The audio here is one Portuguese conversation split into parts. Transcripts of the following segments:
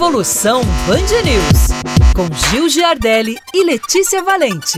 Revolução Band News, com Gil Giardelli e Letícia Valente.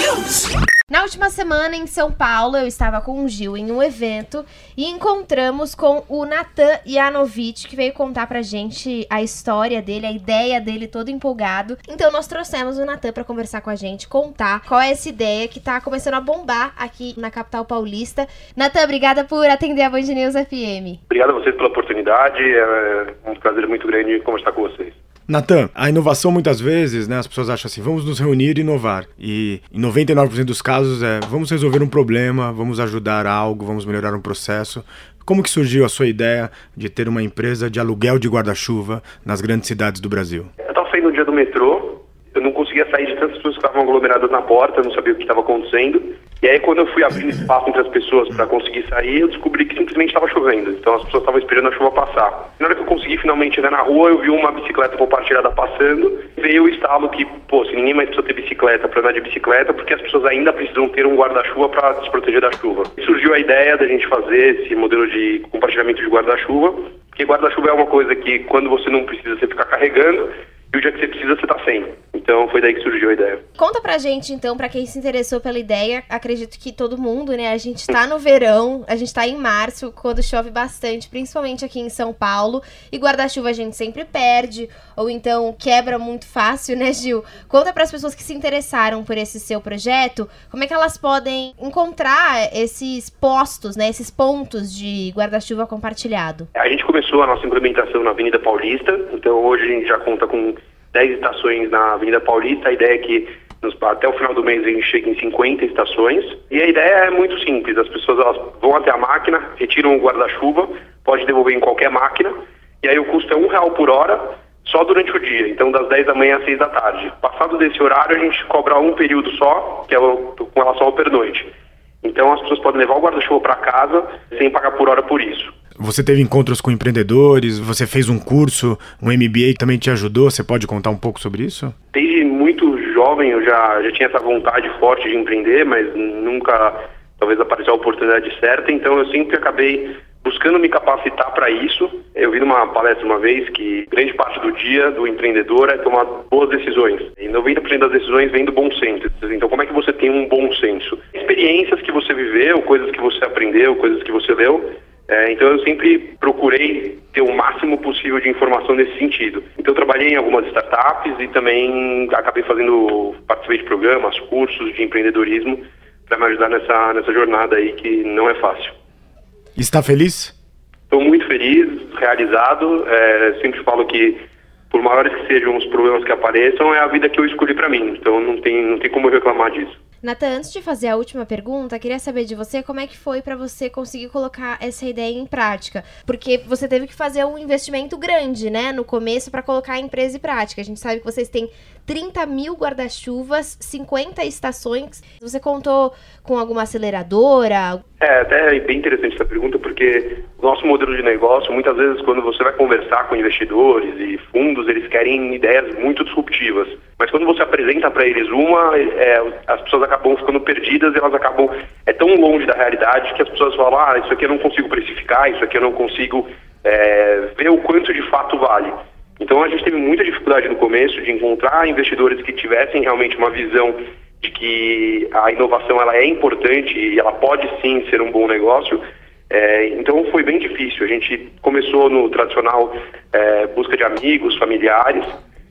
Na última semana, em São Paulo, eu estava com o Gil em um evento e encontramos com o Natan Janovic, que veio contar pra gente a história dele, a ideia dele, todo empolgado. Então nós trouxemos o Natan pra conversar com a gente, contar qual é essa ideia que tá começando a bombar aqui na capital paulista. Natan, obrigada por atender a Band News FM. Obrigado a vocês pela oportunidade, é um prazer muito grande conversar com vocês. Natan, a inovação muitas vezes, as pessoas acham assim, vamos nos reunir e inovar. E em 99% dos casos vamos resolver um problema, vamos ajudar algo, vamos melhorar um processo. Como que surgiu a sua ideia de ter uma empresa de aluguel de guarda-chuva nas grandes cidades do Brasil? Eu estava saindo no dia do metrô, eu não conseguia sair de tantas pessoas que estavam aglomeradas na porta, eu não sabia o que estava acontecendo. E aí quando eu fui abrindo espaço entre as pessoas para conseguir sair, eu descobri que simplesmente estava chovendo. Então as pessoas estavam esperando a chuva passar. Na hora que eu consegui finalmente chegar na rua, eu vi uma bicicleta compartilhada passando. Veio o estalo que, se ninguém mais precisa ter bicicleta para andar de bicicleta, porque as pessoas ainda precisam ter um guarda-chuva para se proteger da chuva. E surgiu a ideia da gente fazer esse modelo de compartilhamento de guarda-chuva, porque guarda-chuva é uma coisa que quando você não precisa, você fica carregando, e o dia que você precisa, você tá sem. Então foi daí que surgiu a ideia. Conta pra gente, então, pra quem se interessou pela ideia, acredito que todo mundo, a gente tá no verão, a gente tá em março, quando chove bastante, principalmente aqui em São Paulo, e guarda-chuva a gente sempre perde, ou então quebra muito fácil, né, Gil? Conta pras pessoas que se interessaram por esse seu projeto, como é que elas podem encontrar esses postos, esses pontos de guarda-chuva compartilhado. A gente começou a nossa implementação na Avenida Paulista, então hoje a gente já conta com 10 estações na Avenida Paulista. A ideia é que até o final do mês a gente chegue em 50 estações. E a ideia é muito simples, as pessoas elas vão até a máquina, retiram o guarda-chuva, pode devolver em qualquer máquina, e aí o custo é R$1 por hora, só durante o dia, então das 10 da manhã às 6 da tarde. Passado desse horário, a gente cobra um período só, que é com relação ao pernoite. Então as pessoas podem levar o guarda-chuva para casa sem pagar por hora por isso. Você teve encontros com empreendedores, você fez um curso, um MBA que também te ajudou, você pode contar um pouco sobre isso? Desde muito jovem eu já tinha essa vontade forte de empreender, mas nunca talvez apareceu a oportunidade certa, então eu sempre acabei buscando me capacitar para isso. Eu vi numa palestra uma vez que grande parte do dia do empreendedor é tomar boas decisões. E 90% das decisões vem do bom senso. Então como é que você tem um bom senso? Experiências que você viveu, coisas que você aprendeu, coisas que você leu. Então eu sempre procurei ter o máximo possível de informação nesse sentido. Então eu trabalhei em algumas startups e também participei de programas, cursos de empreendedorismo para me ajudar nessa jornada aí que não é fácil. Está feliz? Estou muito feliz, realizado. Sempre falo que por maiores que sejam os problemas que apareçam, é a vida que eu escolhi para mim. Então não tem como eu reclamar disso. Natan, antes de fazer a última pergunta, queria saber de você como é que foi para você conseguir colocar essa ideia em prática. Porque você teve que fazer um investimento grande, no começo para colocar a empresa em prática. A gente sabe que vocês têm 30 mil guarda-chuvas, 50 estações. Você contou com alguma aceleradora? Até é bem interessante essa pergunta, porque o nosso modelo de negócio, muitas vezes quando você vai conversar com investidores e fundos, eles querem ideias muito disruptivas. Mas quando você apresenta para eles as pessoas acabam ficando perdidas e elas acabam tão longe da realidade que as pessoas falam, isso aqui eu não consigo precificar, isso aqui eu não consigo ver o quanto de fato vale. Então a gente teve muita dificuldade no começo de encontrar investidores que tivessem realmente uma visão de que a inovação ela é importante e ela pode sim ser um bom negócio. Então foi bem difícil. A gente começou no tradicional busca de amigos, familiares,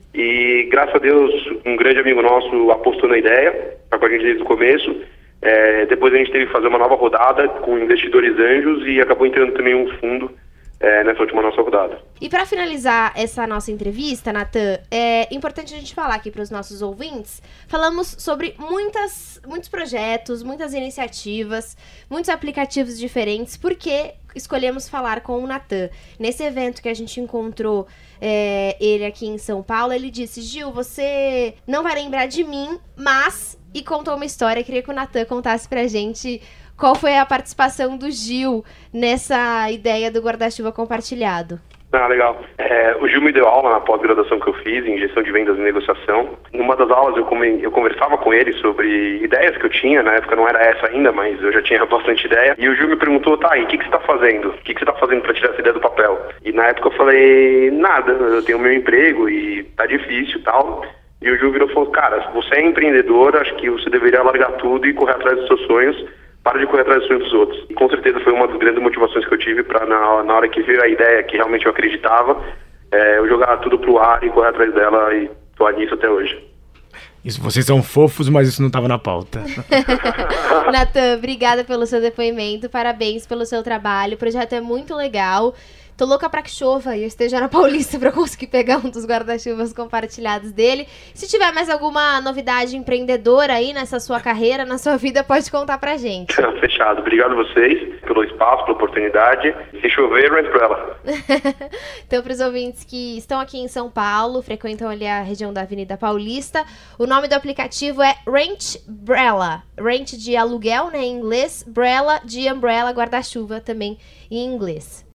e graças a Deus um grande amigo nosso apostou na ideia, está com a gente desde o começo. Depois a gente teve que fazer uma nova rodada com investidores anjos e acabou entrando também um fundo nessa última nossa rodada. E para finalizar essa nossa entrevista, Natan, é importante a gente falar aqui para os nossos ouvintes. Falamos sobre muitos projetos, muitas iniciativas, muitos aplicativos diferentes. Por que escolhemos falar com o Natan? Nesse evento que a gente encontrou ele aqui em São Paulo, ele disse: Gil, você não vai lembrar de mim, mas... E contou uma história. Queria que o Natan contasse pra gente qual foi a participação do Gil nessa ideia do guarda-chuva compartilhado. Ah, legal. O Gil me deu aula na pós-graduação que eu fiz em gestão de vendas e negociação. Numa das aulas eu conversava com ele sobre ideias que eu tinha, na época não era essa ainda, mas eu já tinha bastante ideia. E o Gil me perguntou, tá, e o que você tá fazendo? O que você tá fazendo para tirar essa ideia do papel? E na época eu falei, nada, eu tenho meu emprego e tá difícil e tal. E o Gil virou e falou, cara, se você é empreendedor, acho que você deveria largar tudo e correr atrás dos seus sonhos. Para de correr atrás dos sonhos dos outros. E com certeza foi uma das grandes motivações que eu tive para, na hora que veio a ideia que realmente eu acreditava, eu jogar tudo pro ar e correr atrás dela, e tô nisso até hoje. Isso, vocês são fofos, mas isso não estava na pauta. Natan, obrigada pelo seu depoimento, parabéns pelo seu trabalho, o projeto é muito legal. Tô louca pra que chova e eu esteja na Paulista pra conseguir pegar um dos guarda-chuvas compartilhados dele. Se tiver mais alguma novidade empreendedora aí nessa sua carreira, na sua vida, pode contar pra gente. Fechado. Obrigado a vocês pelo espaço, pela oportunidade. Se chover, rent pra ela. Então, pros ouvintes que estão aqui em São Paulo, frequentam ali a região da Avenida Paulista, o nome do aplicativo é Rent Brella. Rent de aluguel, né, em inglês. Brella de umbrella, guarda-chuva também em inglês.